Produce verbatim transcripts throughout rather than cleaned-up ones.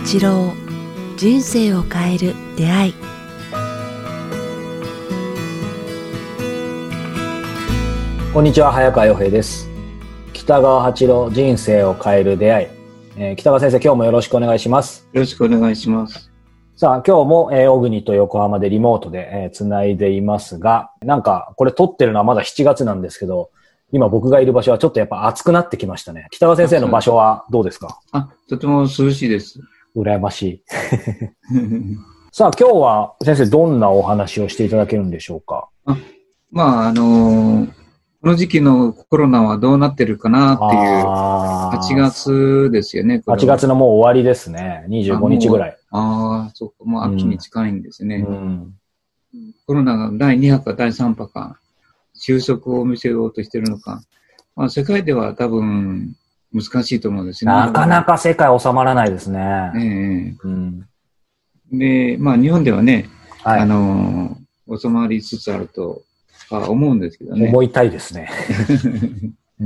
八郎、人生を変える出会い。 こんにちは、早川洋平です。北川八郎、人生を変える出会い、えー、北川先生、今日もよろしくお願いします。 よろしくお願いします。 さあ、今日も、えー、小国と横浜でリモートで、えー、つないでいますが、なんかこれ撮ってるのはまだしちがつなんですけど、今僕がいる場所はちょっとやっぱ暑くなってきましたね。北川先生の場所はどうですか？ あ、とても涼しいです。 羨ましい。さあ、今日は先生どんなお話をしていただけるんでしょうか？ あ、まあ、あのー、この時期のコロナはどうなってるかなっていう、はちがつですよね。 はちがつのもう終わりですね。にじゅうごにちぐらい。 ああ、そうか。もう秋に近いんですね。 うんうん、 コロナがだいに波かだいさん波か、収束を見せようとしてるのか。まあ、世界では多分難しいと思うんですね。 なかなか世界収まらないですね。 ええうん、 で、まあ日本ではね、 はい、 あのー、収まりつつあるとは思うんですけどね。 思いたいですね。うん、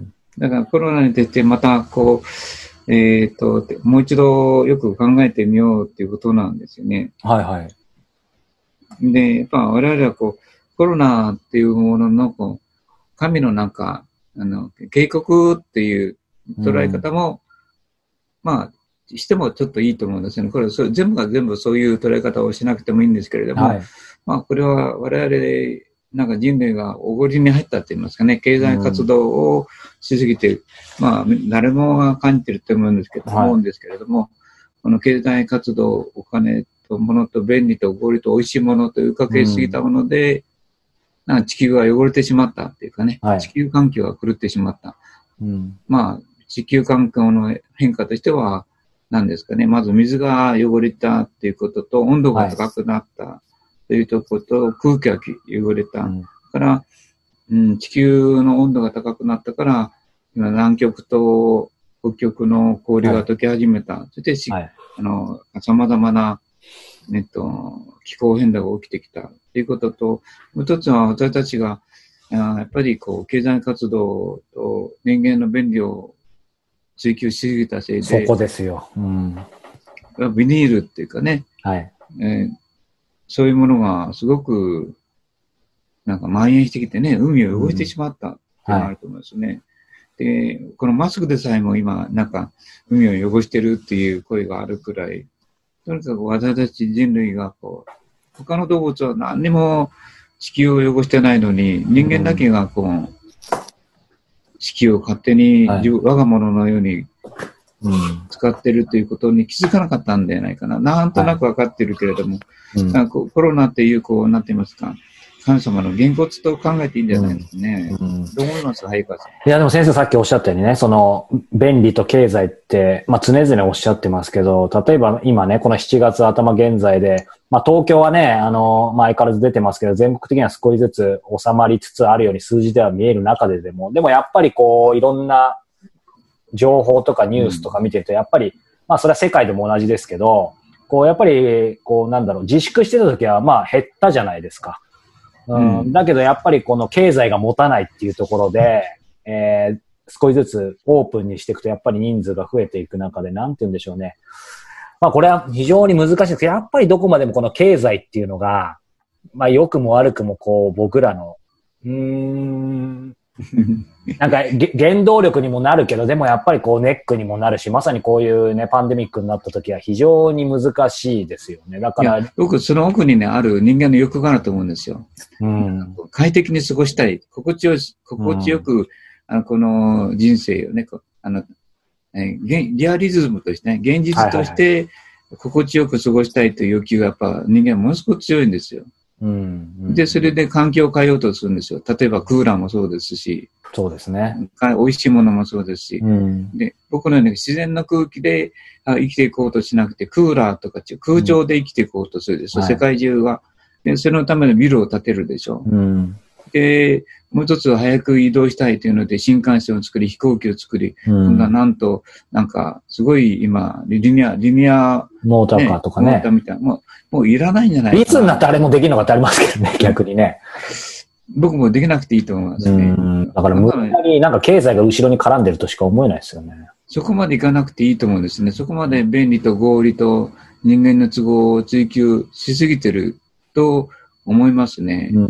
だからコロナについてまたこう、えっと、もう一度よく考えてみようっていうことなんですよね。 はいはい。 で、やっぱ我々はこう、コロナっていうもののこう神のなんか、あの、警告っていう捉え方も、うん、まあ、してもちょっといいと思うんですよね。これそれ全部が全部そういう捉え方をしなくてもいいんですけれども、はい、まあこれは我々なんか人類がおごりに入ったって言いますかね、経済活動をしすぎて、うん、まあ誰もが感じてると思うんですけど、はい、思うんですけれども、この経済活動、お金と物と便利とおごりと美味しいものというかけすぎたもので、うん、なんか地球が汚れてしまったっていうかね、はい、地球環境が狂ってしまった。うん、まあ地球環境の変化としては、なんですかね。まず水が汚れたっていうことと、温度が高くなったというところと、はい、空気が汚れた。うん、から、うん、地球の温度が高くなったから、今南極と北極の氷が溶け始めた。はい、そして、はい、あの、様々な、えっと、気候変動が起きてきたということと、もう一つは私たちが、やっぱりこう、経済活動と人間の便利を追求しすぎたせいで。 そこですよ。うん、 ビニールっていうかね、 はいえー、そういうものがすごくなんか蔓延してきてね、海を汚してしまったっていうのがあると思いますね。うんはい、で、このマスクでさえも今、なんか海を汚してるっていう声があるくらい、とにかく私たち人類がこう、他の動物は何にも地球を汚してないのに、人間だけがこう、うん地球を勝手に、はい、我が物のように使ってるということに気づかなかったんじゃないかな。なんとなく分かってるけれども、はいうん、コロナっていう、こう、なんて言いますか、神様のげんこつと考えていいんじゃないですかね。うんうん、どう思いますか、早川さん。 いや、でも先生さっきおっしゃったようにね、その、便利と経済って、まあ常々おっしゃってますけど、例えば今ね、このしちがつ頭現在で、まあ東京はね、あの、まあ相変わらず出てますけど、全国的には少しずつ収まりつつあるように数字では見える中ででも、でもやっぱりこう、いろんな情報とかニュースとか見てると、やっぱり、まあそれは世界でも同じですけど、こうやっぱり、こうなんだろう、自粛してた時はまあ減ったじゃないですか。うんうん、だけどやっぱりこの経済が持たないっていうところで、えー、少しずつオープンにしていくとやっぱり人数が増えていく中で、なんて言うんでしょうね。まあこれは非常に難しいですけど、やっぱりどこまでもこの経済っていうのが、まあ良くも悪くもこう僕らの、うーん、なんか原動力にもなるけど、でもやっぱりこうネックにもなるし、まさにこういうね、パンデミックになった時は非常に難しいですよね。だから。 僕、その奥にね、ある人間の欲があると思うんですよ。うん、快適に過ごしたい。心地よ、心地よく、うん、あのこの人生をね、あの、えリアリズムとしてね、現実として心地よく過ごしたいという欲求がやっぱ人間はものすごく強いんですよ。うんうん、で、それで環境を変えようとするんですよ。例えばクーラーもそうですし。 そうですね。 美味しいものもそうですし。うん、で、僕のように自然の空気で生きていこうとしなくて、クーラーとか空調で生きていこうとするでしょ。うん、世界中が。で、そのためのビルを建てるでしょ。うん、で、もう一つは早く移動したいというので、新幹線を作り、飛行機を作り、うん、なんと、なんか、すごい今、リニア、リニア、 モーターカーとかね。 モーターみたいな。もう、もういらないんじゃないかな。 いつになってあれもできるのかってありますけどね、逆にね。 僕もできなくていいと思いますね。 うんだから無理やりなんか経済が後ろに絡んでるとしか思えないですよね。 そこまでいかなくていいと思うんですね。そこまで便利と合理と人間の都合を追求しすぎてると思いますね。 うんうんうん、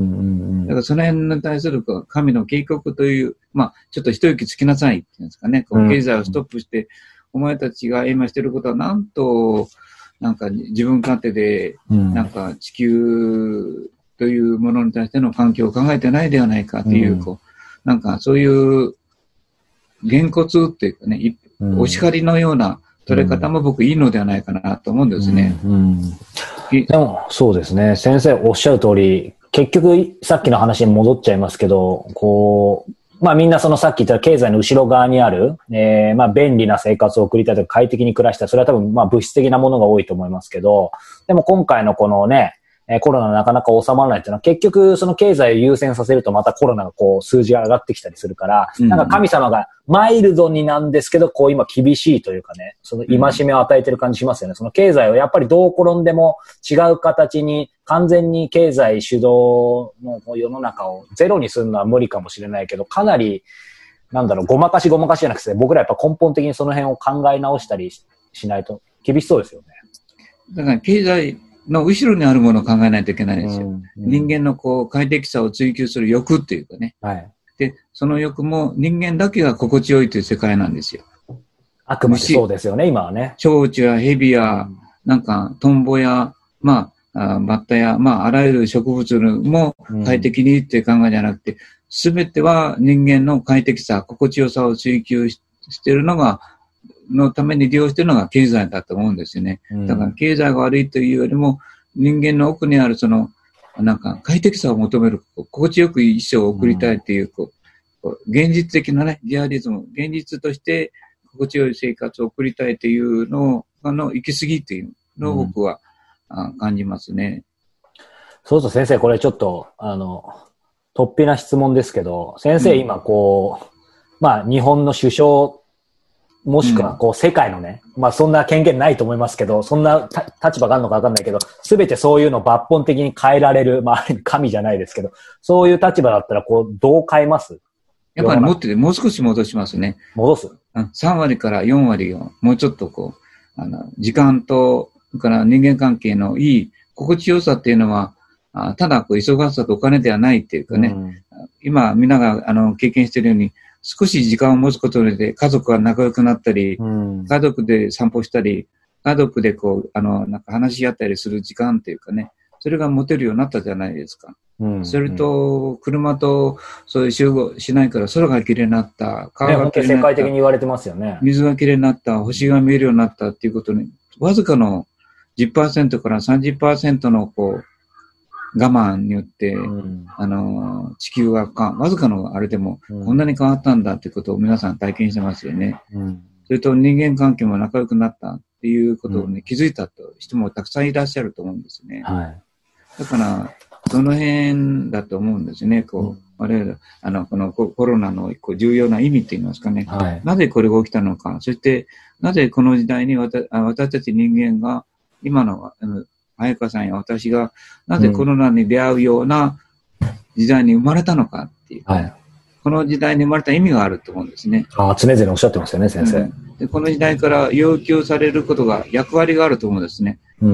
だからその辺に対する神の警告という、まあ、ちょっと一息つきなさいっていうんですかね。こう経済をストップして、うん、お前たちが今してることはなんと、なんか自分勝手で、なんか地球というものに対しての環境を考えてないではないかっていう、こう、なんかそういうげんこつっていうかね、お叱りのような取れ方も僕いいのではないかなと思うんですね。 うんうん、でもそうですね。先生おっしゃる通り、結局さっきの話に戻っちゃいますけど、こう、まあみんなそのさっき言った経済の後ろ側にある、えー、まあ便利な生活を送りたいとか快適に暮らしたい。それは多分まあ物質的なものが多いと思いますけど、でも今回のこのね、コロナなかなか収まらないっていうのは結局その経済を優先させるとまたコロナがこう数字が上がってきたりするから、うん、なんか神様がマイルドになんですけど、こう今厳しいというかね、その戒めを与えてる感じしますよね。その経済をやっぱりどう転んでも違う形に完全に経済主導の世の中をゼロにするのは無理かもしれないけど、かなりなんだろう、ごまかしごまかしじゃなくて、僕らやっぱ根本的にその辺を考え直したりしないと厳しそうですよね。 だから経済の後ろにあるものを考えないといけないんですよ。うんうん、人間のこう快適さを追求する欲っていうかね。はい。で、その欲も人間だけが心地よいという世界なんですよ。 あくまでそうですよね、今はね。 蝶々や蛇や、うん、なんかトンボや、まあ、あバッタや、まあ、あらゆる植物も快適にっていう考えじゃなくて、すべ、うん、ては人間の快適さ、心地よさを追求 し, しているのが、のために利用しているのが経済だと思うんですよね。うん、だから経済が悪いというよりも、人間の奥にあるその、なんか快適さを求める、心地よく一生を送りたいっていう、こう、現実的なね、リアリズム、現実として心地よい生活を送りたいというのを、の行き過ぎっていうのを僕は、うん、感じますね。 そうそう先生、これちょっと、あの、突飛な質問ですけど、先生今こう、うん、まあ日本の首相、もしくは、こう、世界のね、うん、まあ、そんな権限ないと思いますけど、そんな立場があるのかわかんないけど、すべてそういうのを抜本的に変えられる、まあ、神じゃないですけど、そういう立場だったら、こう、どう変えます？ やっぱりもっと、もう少し戻しますね。 戻す？ さん割からよん割を、もうちょっとこう、あの、時間と、それから人間関係のいい心地よさっていうのは、あただ、こう、忙しさとお金ではないっていうかね、うん、今、みんなが、あの、経験しているように、少し時間を持つことで家族が仲良くなったり、うん、家族で散歩したり、家族でこう、あの、なんか話し合ったりする時間っていうかね、それが持てるようになったじゃないですか。うん、それと、車とそういう集合しないから空が綺麗になった、川が綺麗になった、ね、 世界的に言われてますよね。 水が綺麗になった、星が見えるようになったっていうことに、わずかの じゅっパーセント から さんじゅっパーセント のこう、我慢によって、うん、あの、地球がか、わずかのあれでも、こんなに変わったんだってことを皆さん体験してますよね。うん、それと人間関係も仲良くなったっていうことをね、うん、気づいたと人もたくさんいらっしゃると思うんですね。はい、だから、その辺だと思うんですね。こう、うん、我々、あの、このコロナのこう重要な意味って言いますかね、はい。なぜこれが起きたのか、そして、なぜこの時代に私、私たち人間が、今の、あの彩香さんや私がなぜコロナに出会うような時代に生まれたのかっていう、うんはい、この時代に生まれた意味があると思うんですね。 ああ、常々おっしゃってますよね、先生、うん、 で。この時代から要求されることが役割があると思うんですね。うん、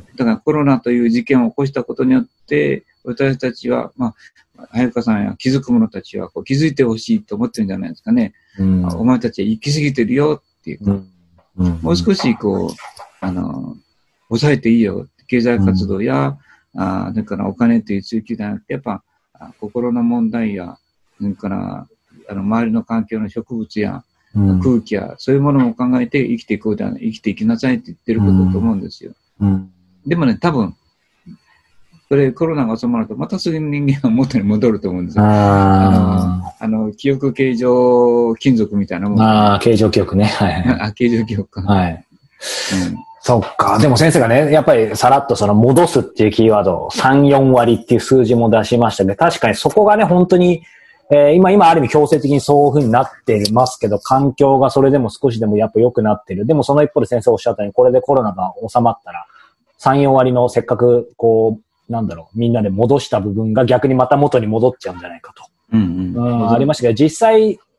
だからコロナという事件を起こしたことによって私たちは、まあ、彩香さんや気づく者たちはこう気づいてほしいと思ってるんじゃないですかね。うん、お前たちは行き過ぎてるよっていうか、うんうん、もう少しこう、あの、抑えていいよ。経済活動や、うん、あだからお金という追求ではなくて、やっぱ心の問題や、それからあの周りの環境の植物や、うん、空気や、そういうものも考えて生きていこうではない、生きていきなさいって言ってることだと思うんですよ。うんうん、でもね、多分、それコロナが収まると、またすぐ人間は元に戻ると思うんですよ。あの、あの記憶形状金属みたいなもん。 ああ、形状記憶ね。はい、はい。 あ、形状記憶か。はい。 うんそっか。でも先生がね、やっぱりさらっとその戻すっていうキーワード、さん、よん割っていう数字も出しましたね。確かにそこがね、本当に、えー、今、今ある意味強制的にそういう風になっていますけど、環境がそれでも少しでもやっぱ良くなってる。でもその一方で先生おっしゃったように、これでコロナが収まったら、さん、よん割のせっかく、こう、なんだろう、みんなで戻した部分が逆にまた元に戻っちゃうんじゃないかと。うんうん。うん、ありましたけど、実際、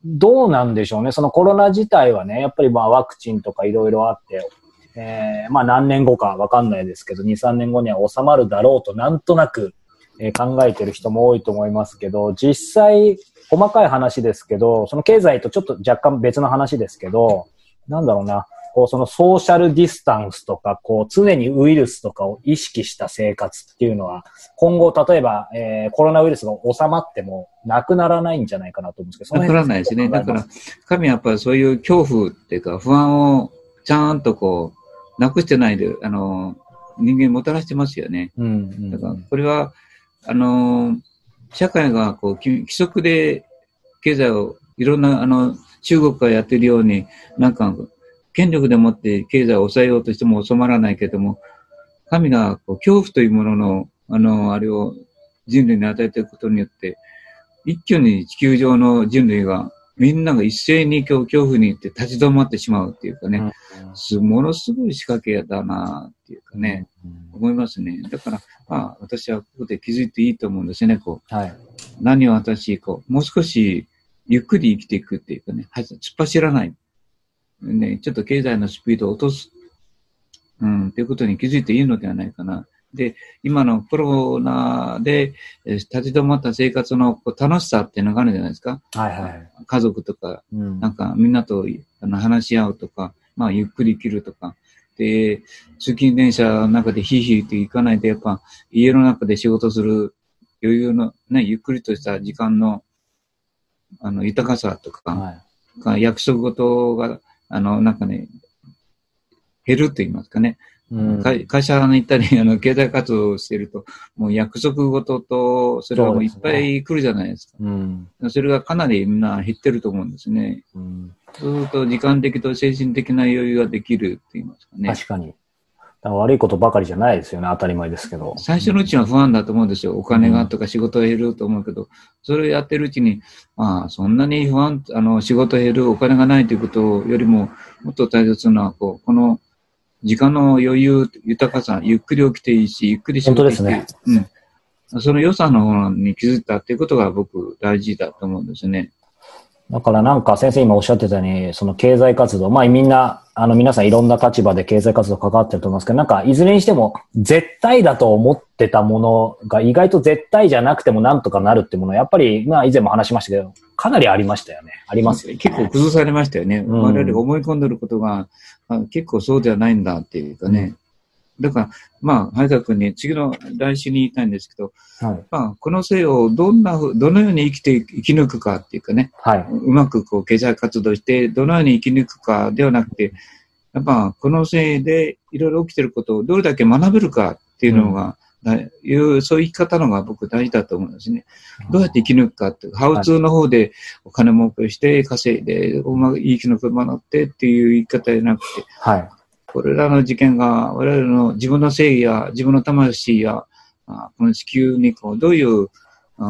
どうなんでしょうね。そのコロナ自体はね、やっぱりまあワクチンとかいろいろあって、えー、まあ何年後かわかんないですけど、に、さんねんごには収まるだろうとなんとなく、えー、考えてる人も多いと思いますけど、実際、細かい話ですけど、その経済とちょっと若干別の話ですけど、なんだろうな、こうそのソーシャルディスタンスとか、こう常にウイルスとかを意識した生活っていうのは、今後例えば、えー、コロナウイルスが収まってもなくならないんじゃないかなと思うんですけど、 なくならないですね。だから、神はやっぱりそういう恐怖っていうか不安をちゃんとこう、なくしてないで、あの、人間もたらしてますよね。 うんうん、 だからこれは、あの、社会がこう規則で経済をいろんなあの中国がやってるようになんか権力でもって経済を抑えようとしても収まらないけれども、神がこう恐怖というもののあのあれを人類に与えていくことによって一挙に地球上の人類がみんなが一斉に今日恐怖に行って立ち止まってしまうっていうかね、うん、ものすごい仕掛けだなっていうかね、うん、思いますね。だからまあ私はここで気づいていいと思うんですよね。こう、はい、何を私こうもう少しゆっくり生きていくっていうかね、突っ走らない。ね、ちょっと経済のスピードを落とす。うん、っていうことに気づいていいのではないかな。で、今のコロナで、えー、立ち止まった生活のこう楽しさっていうのがあるじゃないですか。はいはい。家族とか、うん、なんかみんなとあの話し合うとか、まあゆっくり生きるとか。で、通勤電車の中でヒーヒーって行かないで、やっぱ家の中で仕事する余裕のね、ゆっくりとした時間のあの豊かさとか、はい、約束事が、あの、なんかね、減ると言いますかね。うん、会, 会社に行ったり、あの、経済活動をしていると、もう約束事と、それがもういっぱい来るじゃないですか。そ, ですね、うん、それがかなりみんな減ってると思うんですね。うん、そうすると、時間的と精神的な余裕ができるって言いますかね。 確かに。悪いことばかりじゃないですよね。当たり前ですけど。 最初のうちは不安だと思うんですよ。お金がとか仕事が減ると思うけど、うん、それをやってるうちに、まあ、そんなに不安、あの、仕事減る、お金がないということよりも、もっと大切な、こう、この、時間の余裕、豊かさ、ゆっくり起きていいし、ゆっくり仕事していい。本当ですね。うん。その良さの方に気づいたっていうことが僕大事だと思うんですね。 だからなんか先生今おっしゃってたように、その経済活動、まあみんな、あの皆さんいろんな立場で経済活動関わってると思いますけど、なんかいずれにしても絶対だと思ってたものが意外と絶対じゃなくてもなんとかなるってものはやっぱり、まあ以前も話しましたけど、かなりありましたよね。ありますよね。 結構崩されましたよね。うん、我々が思い込んでることが、結構そうではないんだっていうかね。うん、だから、まあ、早田君に次の来週に言いたいんですけど、はい、まあ、この生をどんなふう、どのように生きて、生き抜くかっていうかね、はい、うまくこう経済活動して、どのように生き抜くかではなくて、やっぱこの生でいろいろ起きてることをどれだけ学べるかっていうのが、うん、いう、そういう生き方のが僕大事だと思うんですね。どうやって生き抜くかって、ハウツーの方でお金儲けして稼いで、うまく生き抜く学ってっていう言い方じゃなくて、はい、これらの事件が我々の自分の正義や自分の魂や、この地球にこうどういう、うん、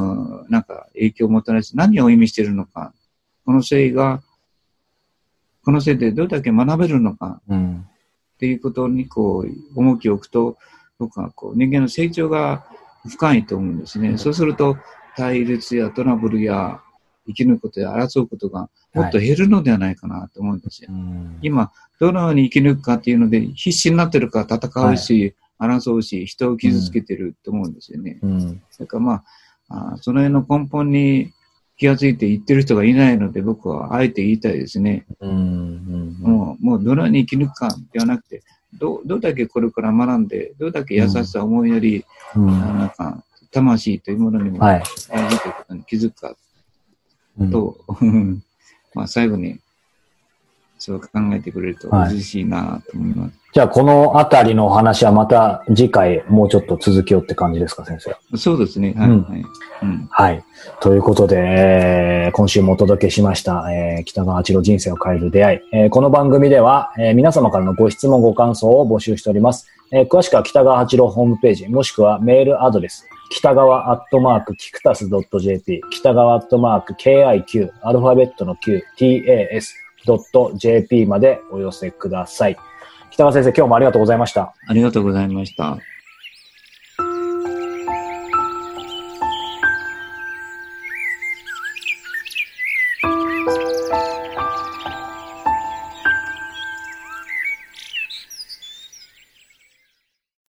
なんか影響をもたらし、何を意味しているのか、この正義が、このせいでどれだけ学べるのか、うん、っていうことにこう重きを置くと、僕はこう人間の成長が深いと思うんですね。うん、そうすると対立やトラブルや生き抜くことや争うことがもっと減るのではないかなと思うんですよ。はい、今どのように生き抜くかっていうので必死になってるから戦うし、はい、争うし人を傷つけてると思うんですよね。うん、だからまあ、あその辺の根本に気がついて言ってる人がいないので、僕はあえて言いたいですね。うんうん、もう、もうどのように生き抜くかではなくて、ど、どれだけこれから学んで、どれだけ優しさ、思いやり、うん、なんか、魂というものにも大事ということに気づくか、と、うん、まあ最後に、そう考えてくれると嬉しいなと思います。はい、 じゃあ、このあたりのお話はまた次回もうちょっと続きようって感じですか、先生。 そうですね。はい。うんはいうん、はい。ということで、えー、今週もお届けしました、えー、北川八郎人生を変える出会い。えー、この番組では、えー、皆様からのご質問ご感想を募集しております。えー、詳しくは北川八郎ホームページ、もしくはメールアドレス、北川アットマークキクタス .jp、北川アットマーク ケーアイキュー、アルファベットの Q、ティーエーエス、.jp までお寄せください。北川先生、今日もありがとうございました。 ありがとうございました。